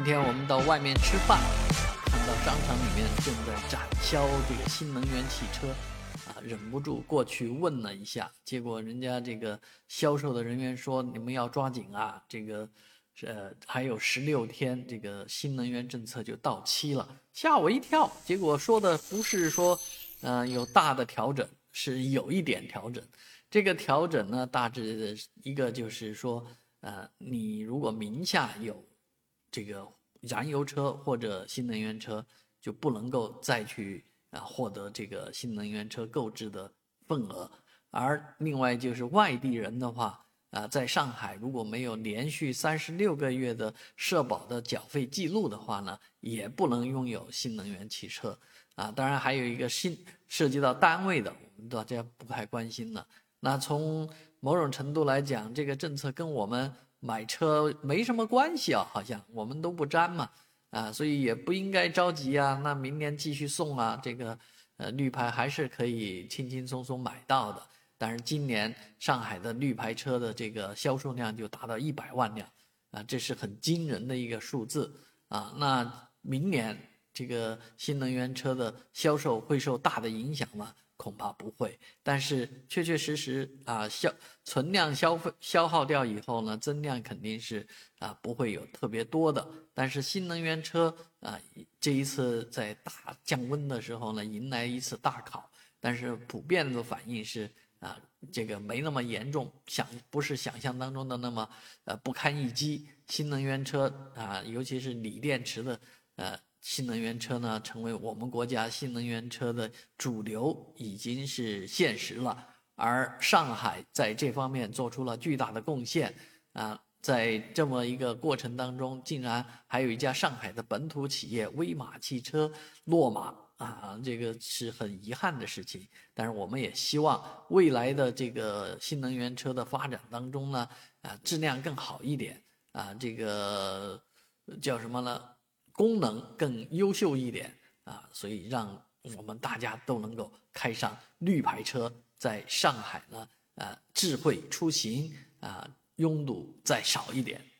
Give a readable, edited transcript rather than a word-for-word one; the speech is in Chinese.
今天我们到外面吃饭，看到商场里面正在展销这个新能源汽车，忍不住过去问了一下，结果人家这个销售的人员说：“你们要抓紧啊，这个还有16天，这个新能源政策就到期了。”吓我一跳，结果说的不是说有大的调整，是有一点调整。这个调整呢，大致的一个就是说，你如果名下有这个燃油车或者新能源车，就不能够再去获得这个新能源车购置的份额。而另外就是外地人的话，在上海如果没有连续36个月的社保的缴费记录的话呢，也不能拥有新能源汽车。当然还有一个涉及到单位的，我们大家不太关心了。那从某种程度来讲，这个政策跟我们买车没什么关系啊，好像我们都不沾嘛，所以也不应该着急啊。那明年继续送啊，这个绿牌还是可以轻轻松松买到的。但是今年上海的绿牌车的这个销售量就达到100万辆，这是很惊人的一个数字啊。那明年这个新能源车的销售会受大的影响吗？恐怕不会，但是确确实实存量消耗掉以后呢，增量肯定是不会有特别多的。但是新能源车这一次在大降温的时候呢，迎来一次大考，但是普遍的反应是这个没那么严重，不是想象当中的那么不堪一击。新能源车尤其是锂电池的新能源车呢，成为我们国家新能源车的主流，已经是现实了。而上海在这方面做出了巨大的贡献在这么一个过程当中，竟然还有一家上海的本土企业威马汽车落马这个是很遗憾的事情。但是我们也希望未来的这个新能源车的发展当中呢，质量更好一点这个叫什么呢？功能更优秀一点所以让我们大家都能够开上绿牌车，在上海呢智慧出行拥堵再少一点。